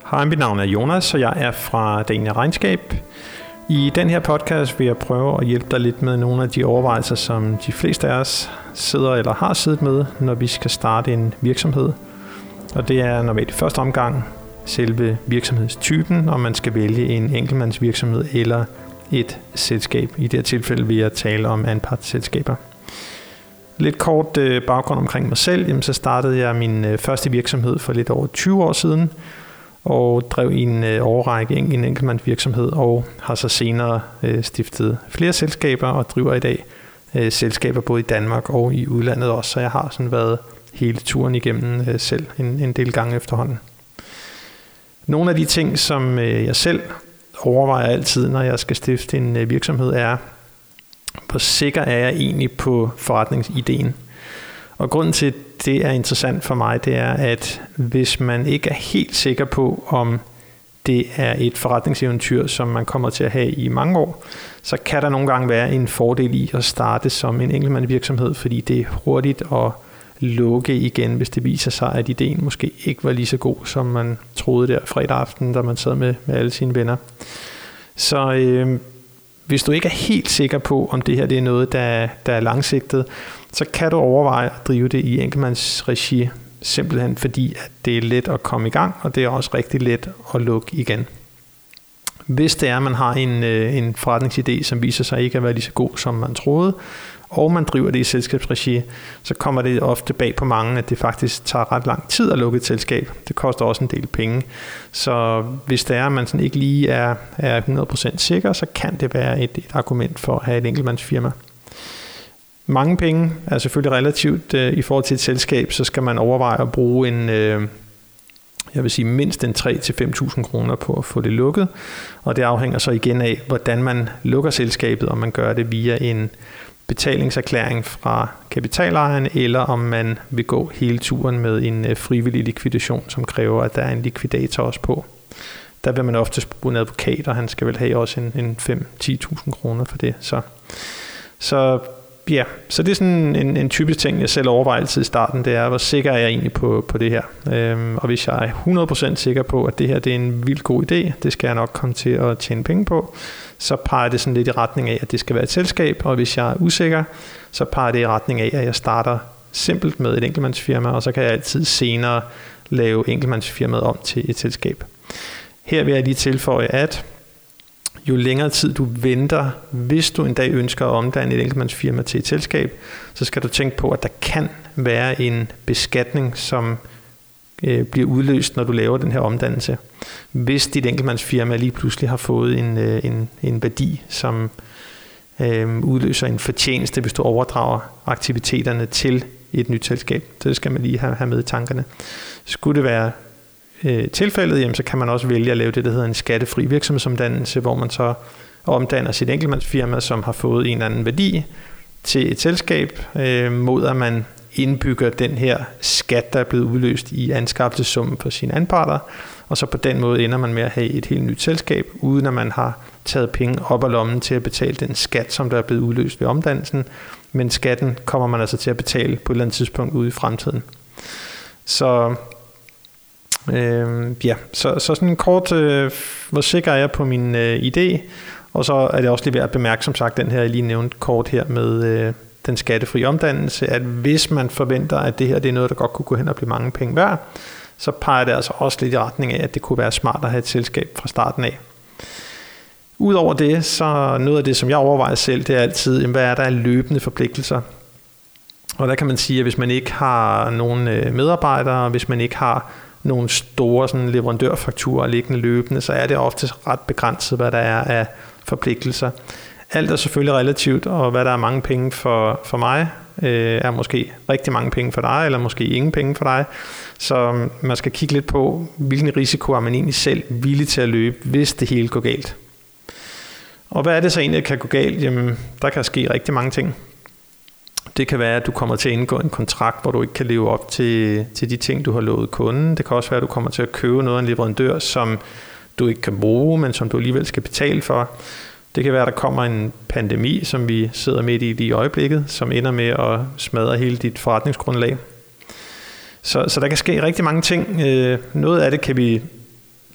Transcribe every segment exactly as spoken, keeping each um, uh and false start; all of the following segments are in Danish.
Hej, mit navn er Jonas, og jeg er fra Dania Regnskab. I den her podcast vil jeg prøve at hjælpe dig lidt med nogle af de overvejelser, som de fleste af os sidder eller har siddet med, når vi skal starte en virksomhed. Og det er normalt i første omgang selve virksomhedstypen, om man skal vælge en enkeltmandsvirksomhed eller et selskab. I det her tilfælde vil jeg tale om anpartsselskaber. Lidt kort øh, baggrund omkring mig selv. Jamen, så startede jeg min øh, første virksomhed for lidt over tyve år siden, og drev i en øh, årrække en, en enkeltmandsvirksomhed, og har så senere øh, stiftet flere selskaber og driver i dag øh, selskaber både i Danmark og i udlandet også. Så jeg har sådan været hele turen igennem øh, selv en, en del gange efterhånden. Nogle af de ting, som øh, jeg selv overvejer altid, når jeg skal stifte en øh, virksomhed, er, hvor sikker er jeg egentlig på forretningsideen. Og grunden til, at det er interessant for mig, det er, at hvis man ikke er helt sikker på, om det er et forretningseventyr, som man kommer til at have i mange år, så kan der nogle gange være en fordel i at starte som en enkeltmandsvirksomhed, fordi det er hurtigt at lukke igen, hvis det viser sig, at ideen måske ikke var lige så god, som man troede der fredag aften, da man sad med, med alle sine venner. Så øh, hvis du ikke er helt sikker på, om det her det er noget, der, der er langsigtet, så kan du overveje at drive det i enkeltmandsregi, simpelthen fordi at det er let at komme i gang, og det er også rigtig let at lukke igen. Hvis det er, at man har en, en forretningsidé, som viser sig ikke at være lige så god, som man troede, og man driver det i selskabsregi, så kommer det ofte bag på mange, at det faktisk tager ret lang tid at lukke et selskab. Det koster også en del penge. Så hvis det er, at man sådan ikke lige er, er hundrede procent sikker, så kan det være et, et argument for at have et enkeltmandsfirma. Mange penge er selvfølgelig relativt øh, i forhold til et selskab, så skal man overveje at bruge en, øh, jeg vil sige mindst en tre til fem tusind kroner på at få det lukket. Og det afhænger så igen af, hvordan man lukker selskabet, om man gør det via en betalingserklæring fra kapitalejeren, eller om man vil gå hele turen med en øh, frivillig likvidation, som kræver, at der er en likvidator også på. Der vil man ofte bruge en advokat, og han skal vel have også en, en fem til ti tusind kroner for det. Så, så Ja, så det er sådan en, en typisk ting, jeg selv overvejer altid i starten, det er, hvor sikker er jeg egentlig på, på det her. Øhm, og hvis jeg er hundrede procent sikker på, at det her det er en vildt god idé, det skal jeg nok komme til at tjene penge på, så peger det sådan lidt i retning af, at det skal være et selskab, og hvis jeg er usikker, så peger det i retning af, at jeg starter simpelt med et enkeltmandsfirma, og så kan jeg altid senere lave enkeltmandsfirmaet om til et selskab. Her vil jeg lige tilføje, at jo længere tid du venter, hvis du en dag ønsker at omdanne et enkeltmandsfirma til et selskab, så skal du tænke på, at der kan være en beskatning, som øh, bliver udløst, når du laver den her omdannelse. Hvis dit enkeltmandsfirma lige pludselig har fået en, øh, en, en værdi, som øh, udløser en fortjeneste, hvis du overdrager aktiviteterne til et nyt selskab. Så det skal man lige have, have med i tankerne. Skulle det være tilfældet, jamen, så kan man også vælge at lave det, der hedder en skattefri virksomhedsomdannelse, hvor man så omdanner sit enkeltmandsfirma, som har fået en eller anden værdi, til et selskab, øh, mod at man indbygger den her skat, der er blevet udløst i anskaffelsessummen for sine anparter, og så på den måde ender man med at have et helt nyt selskab, uden at man har taget penge op af lommen til at betale den skat, som der er blevet udløst ved omdannelsen, men skatten kommer man altså til at betale på et eller andet tidspunkt ude i fremtiden. Så Øh, ja, så, så sådan en kort, øh, hvor sikker er jeg på min øh, idé, og så er det også lige værd at bemærke, som sagt, den her jeg lige nævnte kort her med øh, den skattefri omdannelse, at hvis man forventer, at det her det er noget, der godt kunne gå hen og blive mange penge værd, så peger det altså også lidt i retning af, at det kunne være smart at have et selskab fra starten af. Udover det, så noget af det, som jeg overvejer selv, det er altid, hvad er der af løbende forpligtelser? Og der kan man sige, at hvis man ikke har nogen medarbejdere, hvis man ikke har nogle store sådan, leverandørfakturer liggende løbende, så er det ofte ret begrænset, hvad der er af forpligtelser. Alt er selvfølgelig relativt, og hvad der er mange penge for, for mig, øh, er måske rigtig mange penge for dig, eller måske ingen penge for dig. Så man skal kigge lidt på, hvilken risiko er man egentlig selv villig til at løbe, hvis det hele går galt. Og hvad er det så egentlig, der kan gå galt? Jamen, der kan ske rigtig mange ting. Det kan være, at du kommer til at indgå en kontrakt, hvor du ikke kan leve op til, til de ting, du har lovet kunden. Det kan også være, at du kommer til at købe noget af en leverandør, som du ikke kan bruge, men som du alligevel skal betale for. Det kan være, at der kommer en pandemi, som vi sidder midt i lige i øjeblikket, som ender med at smadre hele dit forretningsgrundlag. Så, så der kan ske rigtig mange ting. Noget af det kan vi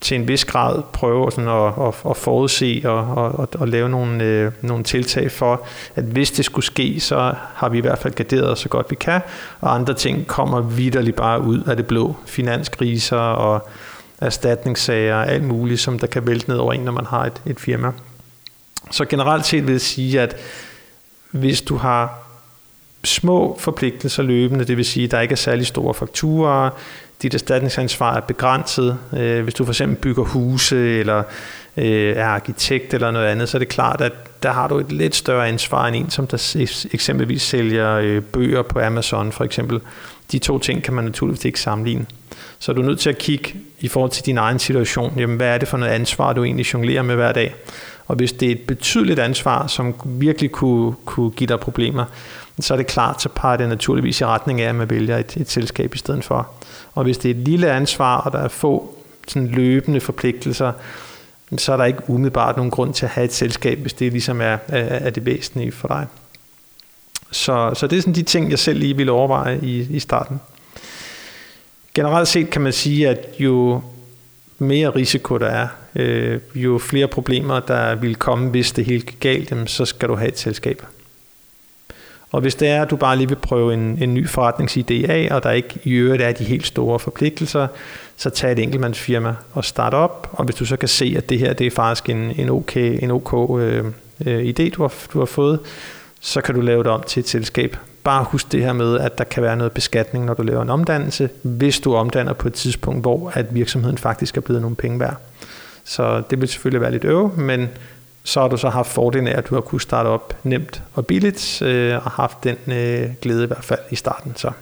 til en vis grad prøve sådan at, at, at forudse og, og, og lave nogle, øh, nogle tiltag for, at hvis det skulle ske, så har vi i hvert fald garderet os så godt vi kan, og andre ting kommer vitterligt bare ud af det blå. Finanskriser og erstatningssager og alt muligt, som der kan vælte ned over en, når man har et, et firma. Så generelt set vil jeg sige, at hvis du har små forpligtelser løbende, det vil sige, at der ikke er særlig store fakturer, dit erstatningsansvar er begrænset. Hvis du for eksempel bygger huse, eller er arkitekt eller noget andet, så er det klart, at der har du et lidt større ansvar end en, som der eksempelvis sælger bøger på Amazon for eksempel. De to ting kan man naturligvis ikke sammenligne. Så er du nødt til at kigge i forhold til din egen situation. Jamen, hvad er det for noget ansvar, du egentlig jonglerer med hver dag? Og hvis det er et betydeligt ansvar, som virkelig kunne, kunne give dig problemer, så er det klart, så peger det naturligvis i retning af, at man vælger et, et selskab i stedet for. Og hvis det er et lille ansvar, og der er få sådan løbende forpligtelser, så er der ikke umiddelbart nogen grund til at have et selskab, hvis det ligesom er, er, er det væsentlige for dig. Så, så det er sådan de ting, jeg selv lige ville overveje i, i starten. Generelt set kan man sige, at jo mere risiko der er, øh, jo flere problemer der vil komme, hvis det helt galt, så skal du have et selskab. Og hvis det er, at du bare lige vil prøve en, en ny forretningsidé af, og der ikke i øvrigt er de helt store forpligtelser, så tag et enkeltmandsfirma og start op. Og hvis du så kan se, at det her det er faktisk en, en okay, en ok øh, øh, idé, du har, du har fået, så kan du lave det om til et selskab. Bare husk det her med, at der kan være noget beskatning, når du laver en omdannelse, hvis du omdanner på et tidspunkt, hvor at virksomheden faktisk er blevet nogle penge værd. Så det vil selvfølgelig være lidt øve, men så har du så haft fordelen af, at du har kunnet starte op nemt og billigt, øh, og haft den øh, glæde i hvert fald i starten. Så.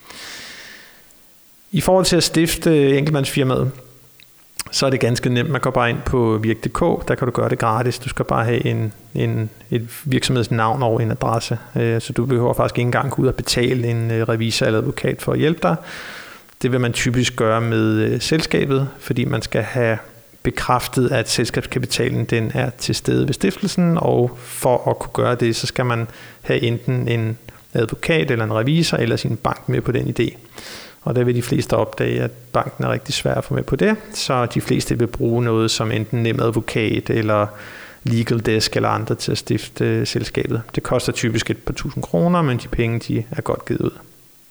I forhold til at stifte enkeltmandsfirmaet, så er det ganske nemt. Man går bare ind på virk punktum d k, der kan du gøre det gratis. Du skal bare have en, en, et virksomhedsnavn og en adresse, øh, så du behøver faktisk ikke engang gå ud og betale en øh, revisor eller advokat for at hjælpe dig. Det vil man typisk gøre med øh, selskabet, fordi man skal have bekræftet, at selskabskapitalen den er til stede ved stiftelsen, og for at kunne gøre det, så skal man have enten en advokat eller en revisor eller sin bank med på den idé. Og der vil de fleste opdage, at banken er rigtig svær at få med på det, så de fleste vil bruge noget som enten nem advokat eller legal desk eller andre til at stifte selskabet. Det koster typisk et par tusind kroner, men de penge de er godt givet ud.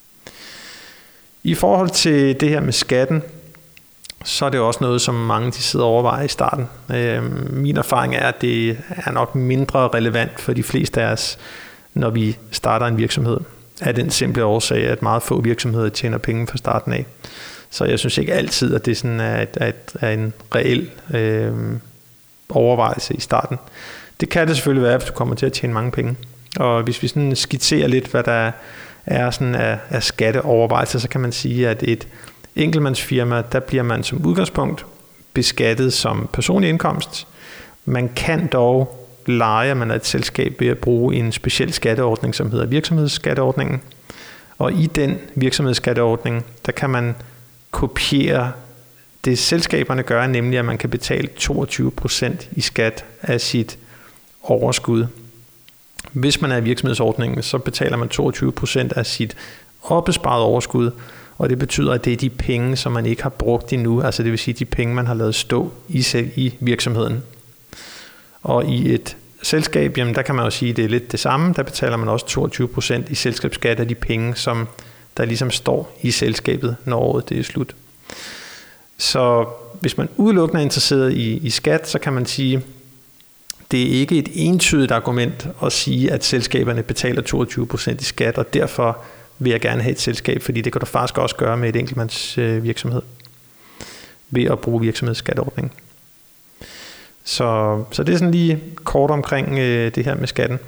I forhold til det her med skatten, så er det også noget, som mange de sidder og overvejer i starten. Øh, min erfaring er, at det er nok mindre relevant for de fleste af os, når vi starter en virksomhed. Af den simple årsag, at meget få virksomheder tjener penge fra starten af. Så jeg synes ikke altid, at det sådan er, et, er, et, er en reel øh, overvejelse i starten. Det kan det selvfølgelig være, hvis du kommer til at tjene mange penge. Og hvis vi sådan skitserer lidt, hvad der er sådan af, af skatteovervejelser, så kan man sige, at et enkeltmandsfirma, der bliver man som udgangspunkt beskattet som personlig indkomst. Man kan dog leje, man er et selskab ved at bruge en speciel skatteordning, som hedder virksomhedsskatteordningen. Og i den virksomhedsskatteordning, der kan man kopiere det selskaberne gør, nemlig at man kan betale toogtyve procent i skat af sit overskud. Hvis man er i virksomhedsordningen, så betaler man toogtyve procent af sit opsparede overskud, og det betyder, at det er de penge, som man ikke har brugt endnu, altså det vil sige de penge, man har lavet stå i selv i virksomheden. Og i et selskab, jamen der kan man jo sige, at det er lidt det samme. Der betaler man også toogtyve procent i selskabsskat af de penge, som der ligesom står i selskabet, når året det er slut. Så hvis man udelukkende er interesseret i, i skat, så kan man sige, det er ikke et entydigt argument at sige, at selskaberne betaler toogtyve procent i skat, og derfor vil jeg gerne have et selskab, fordi det kan du faktisk også gøre med et enkeltmandsvirksomhed ved at bruge virksomhedsskatteordningen. Så, så det er sådan lige kort omkring øh, det her med skatten.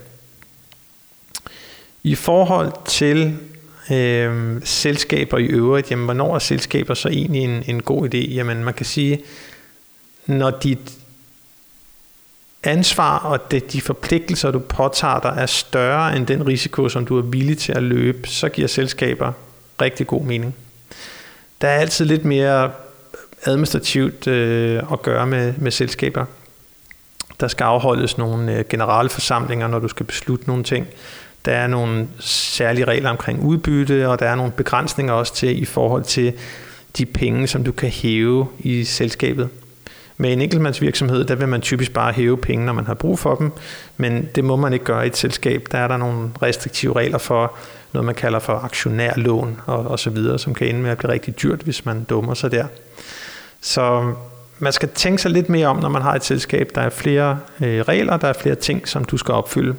I forhold til øh, selskaber i øvrigt, jamen hvornår er selskaber så egentlig en, en god idé? Jamen man kan sige, når dit ansvar og det, de forpligtelser, du påtager dig, er større end den risiko, som du er villig til at løbe, så giver selskaber rigtig god mening. Der er altid lidt mere administrativt øh, at gøre med, med selskaber. Der skal afholdes nogle øh, generelle forsamlinger, når du skal beslutte nogle ting. Der er nogle særlige regler omkring udbytte, og der er nogle begrænsninger også til i forhold til de penge, som du kan hæve i selskabet. Med en enkeltmandsvirksomhed, der vil man typisk bare hæve penge, når man har brug for dem, men det må man ikke gøre i et selskab. Der er der nogle restriktive regler for noget, man kalder for aktionærlån og, og så videre, som kan ende med at blive rigtig dyrt, hvis man dummer sig der. Så man skal tænke sig lidt mere om, når man har et selskab. Der er flere øh, regler, der er flere ting, som du skal opfylde.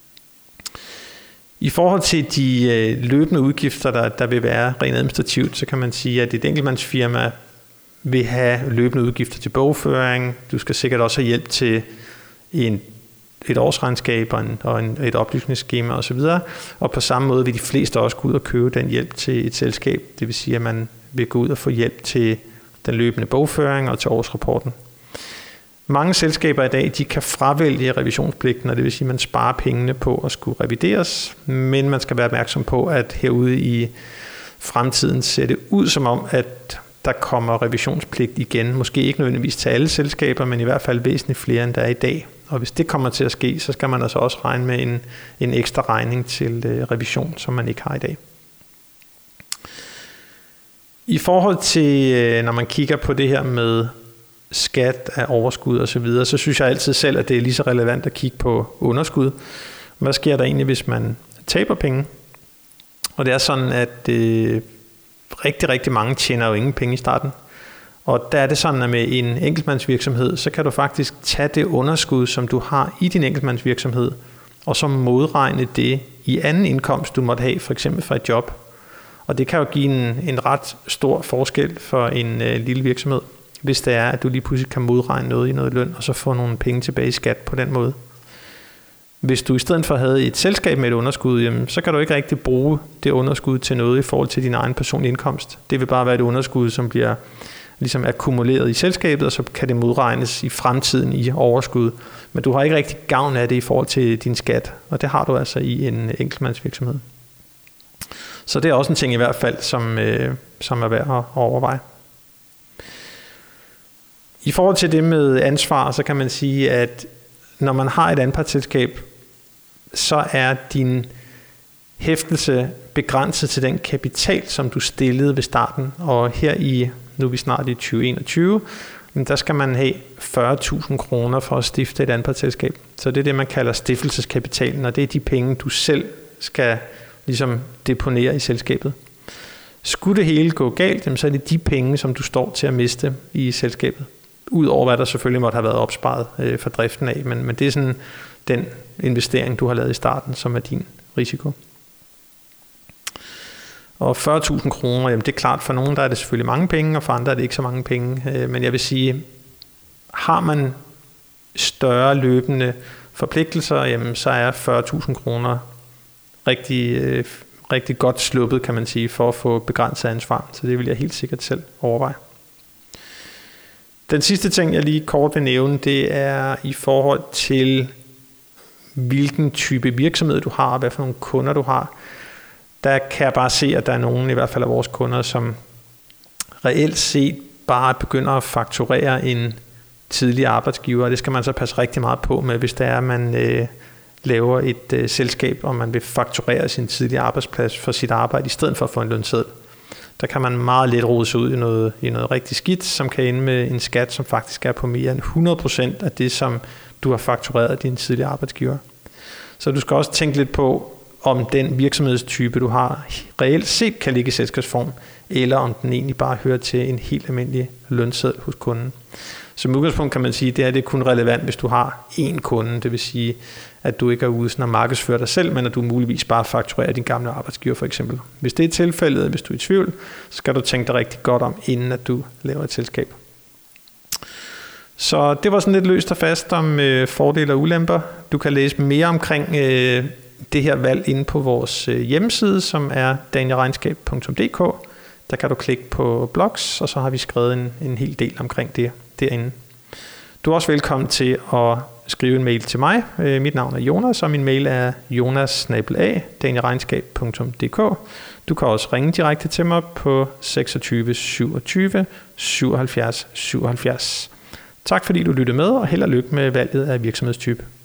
I forhold til de øh, løbende udgifter, der, der vil være rent administrativt, så kan man sige, at et enkeltmandsfirma vil have løbende udgifter til bogføring. Du skal sikkert også have hjælp til en, et årsregnskab og, en, og en, et oplysningsskema osv. Og på samme måde vil de fleste også gå ud og købe den hjælp til et selskab. Det vil sige, at man vil gå ud og få hjælp til den løbende bogføring og til årsrapporten. Mange selskaber i dag, de kan fravælge revisionspligten, og det vil sige, at man sparer pengene på at skulle revideres, men man skal være opmærksom på, at herude i fremtiden ser det ud som om, at der kommer revisionspligt igen. Måske ikke nødvendigvis til alle selskaber, men i hvert fald væsentligt flere, end der er i dag. Og hvis det kommer til at ske, så skal man altså også regne med en, en ekstra regning til øh, revision, som man ikke har i dag. I forhold til, øh, når man kigger på det her med skat af overskud og så videre, så synes jeg altid selv, at det er lige så relevant at kigge på underskud. Hvad sker der egentlig, hvis man taber penge? Og det er sådan, at øh, rigtig, rigtig mange tjener jo ingen penge i starten. Og der er det sådan, at med en enkeltmandsvirksomhed, så kan du faktisk tage det underskud, som du har i din enkeltmandsvirksomhed, og så modregne det i anden indkomst, du måtte have, for eksempel fra et job. Og det kan jo give en, en ret stor forskel for en øh, lille virksomhed, hvis det er, at du lige pludselig kan modregne noget i noget løn, og så få nogle penge tilbage i skat på den måde. Hvis du i stedet for havde et selskab med et underskud, jamen, så kan du ikke rigtig bruge det underskud til noget i forhold til din egen personlige indkomst. Det vil bare være et underskud, som bliver ligesom akkumuleret i selskabet, og så kan det modregnes i fremtiden i overskud. Men du har ikke rigtig gavn af det i forhold til din skat, og det har du altså i en enkeltmandsvirksomhed. Så det er også en ting i hvert fald, som, øh, som er værd at overveje. I forhold til det med ansvar, så kan man sige, at når man har et anpartsselskab, så er din hæftelse begrænset til den kapital, som du stillede ved starten. Og her i, nu er vi snart i tyve enogtyve, der skal man have fyrre tusind kroner for at stifte et anpartsselskab. Så det er det, man kalder stiftelseskapitalen, og det er de penge, du selv skal ligesom deponere i selskabet. Skulle det hele gå galt, så er det de penge, som du står til at miste i selskabet. Udover hvad der selvfølgelig måtte have været opsparet øh, for driften af, men, men det er sådan den investering, du har lavet i starten, som er din risiko. Og fyrre tusind kroner, jamen det er klart, for nogen der er det selvfølgelig mange penge, og for andre er det ikke så mange penge. Øh, men jeg vil sige, har man større løbende forpligtelser, jamen så er fyrre tusind kroner rigtig, øh, rigtig godt sluppet, kan man sige, for at få begrænset ansvar. Så det vil jeg helt sikkert selv overveje. Den sidste ting, jeg lige kort vil nævne, det er i forhold til, hvilken type virksomhed du har, og hvad for nogle kunder du har. Der kan jeg bare se, at der er nogen, i hvert fald af vores kunder, som reelt set bare begynder at fakturere en tidligere arbejdsgiver, og det skal man så passe rigtig meget på med, hvis det er, at man øh, laver et øh, selskab, og man vil fakturere sin tidligere arbejdsplads for sit arbejde, i stedet for at få en lønseddel. Der kan man meget let rode sig ud i noget, i noget rigtig skidt, som kan ende med en skat, som faktisk er på mere end hundrede procent af det, som du har faktureret af din tidligere arbejdsgiver. Så du skal også tænke lidt på, om den virksomhedstype, du har, reelt set kan ligge i selskabsform, eller om den egentlig bare hører til en helt almindelig lønseddel hos kunden. Som udgangspunkt kan man sige, at det er det kun relevant, hvis du har én kunde, det vil sige, at du ikke er ude sådan at markedsføre dig selv, men at du muligvis bare fakturerer din gamle arbejdsgiver for eksempel. Hvis det er tilfældet, hvis du er i tvivl, så skal du tænke dig rigtig godt om, inden at du laver et selskab. Så det var sådan lidt løst og fast om øh, fordele og ulemper. Du kan læse mere omkring øh, det her valg inde på vores øh, hjemmeside, som er danielregnskab punktum d k. Der kan du klikke på blogs, og så har vi skrevet en, en hel del omkring det derinde. Du er også velkommen til at skrive en mail til mig. Øh, mit navn er Jonas, og min mail er jonas bindestreg danielregnskab punktum d k. Du kan også ringe direkte til mig på seksogtyve syvogtyve syvoghalvfjerds syvoghalvfjerds. Tak fordi du lyttede med, og held og lykke med valget af virksomhedstype.